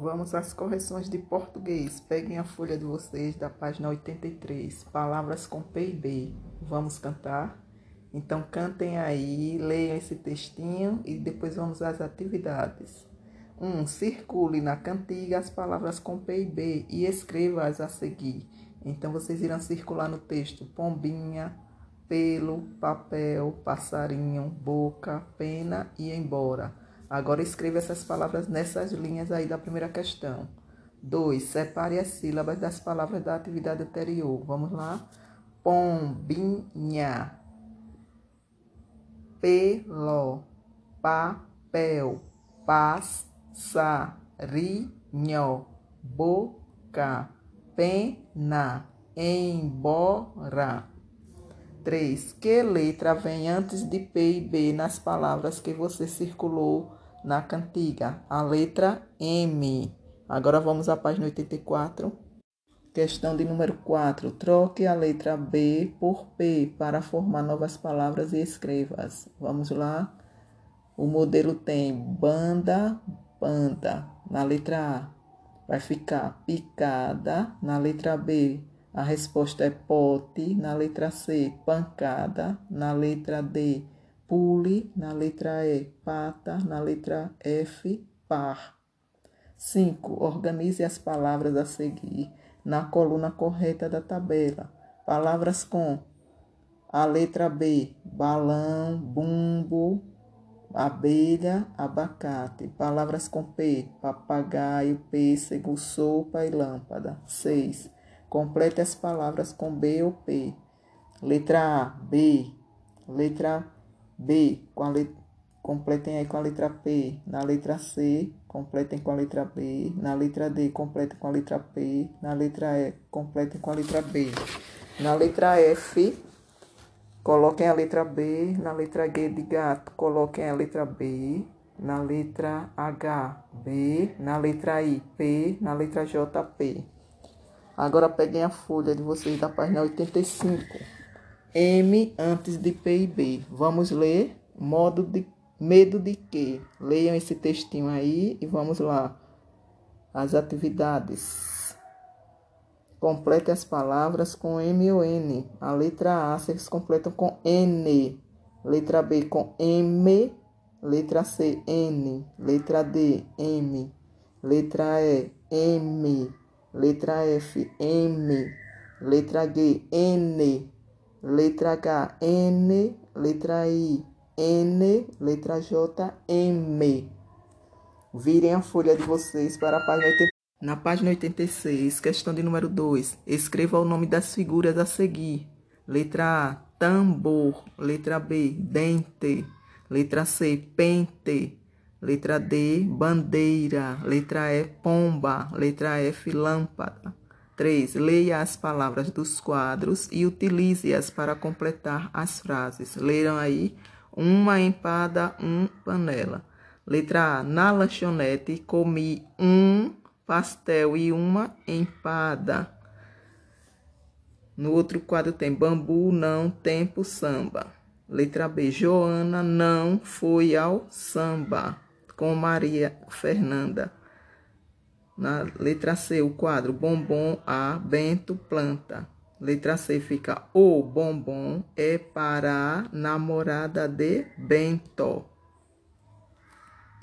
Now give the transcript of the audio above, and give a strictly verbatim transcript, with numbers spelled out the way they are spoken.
Vamos às correções de português. Peguem a folha de vocês da página oitenta e três. Palavras com P e B. Vamos cantar? Então cantem aí, leiam esse textinho e depois vamos às atividades. um. Circule na cantiga as palavras com P e B e escreva-as a seguir. Então vocês irão circular no texto: pombinha, pelo, papel, passarinho, boca, pena e embora. Agora escreva essas palavras nessas linhas aí da primeira questão. dois. Separe as sílabas das palavras da atividade anterior. Vamos lá? Pombinha, pelo, papel, passarinho, boca, pena, embora. três. Que letra vem antes de P e B nas palavras que você circulou na cantiga? A letra M. Agora vamos à página oitenta e quatro. Questão de número quatro. Troque a letra B por P para formar novas palavras e escreva-as. Vamos lá? O modelo tem banda, banda. Na letra A vai ficar picada. Na letra B, a resposta é pote. Na letra C, pancada. Na letra D, pule. Na letra E, pata. Na letra F, par. cinco. Organize as palavras a seguir na coluna correta da tabela. Palavras com a letra B, balão, bumbo, abelha, abacate. Palavras com P, papagaio, pêssego, sopa e lâmpada. seis. Complete as palavras com B ou P. Letra A, B. Letra B, com a letra, completem aí com a letra P. Na letra C, completem com a letra B. Na letra D, completem com a letra P. Na letra E, completem com a letra B. Na letra F, coloquem a letra B. Na letra G de gato, coloquem a letra B. Na letra H, B. Na letra I, P. Na letra J, P. Agora peguem a folha de vocês da página oitenta e cinco. M antes de P e B. Vamos ler. Modo de medo de quê? Leiam esse textinho aí e vamos lá. As atividades. Complete as palavras com M ou N. A letra A vocês completam com N. Letra B com M. Letra C, N. Letra D, M. Letra E, M. Letra F, M. Letra G, N. Letra H, N. Letra I, N. Letra J, M. Virem a folha de vocês para a página oitenta. Na página oitenta e seis, questão de número dois. Escreva o nome das figuras a seguir. Letra A, tambor. Letra B, dente. Letra C, pente. Letra D, bandeira. Letra E, pomba. Letra F, lâmpada. três. Leia as palavras dos quadros e utilize-as para completar as frases. Leiram aí: uma empada, um panela. Letra A. Na lanchonete comi um pastel e uma empada. No outro quadro tem bambu, não, tempo, samba. Letra B. Joana não foi ao samba com Maria Fernanda. Na letra C, o quadro bombom, A, Bento, planta. Letra C fica: o bombom é para a namorada de Bento.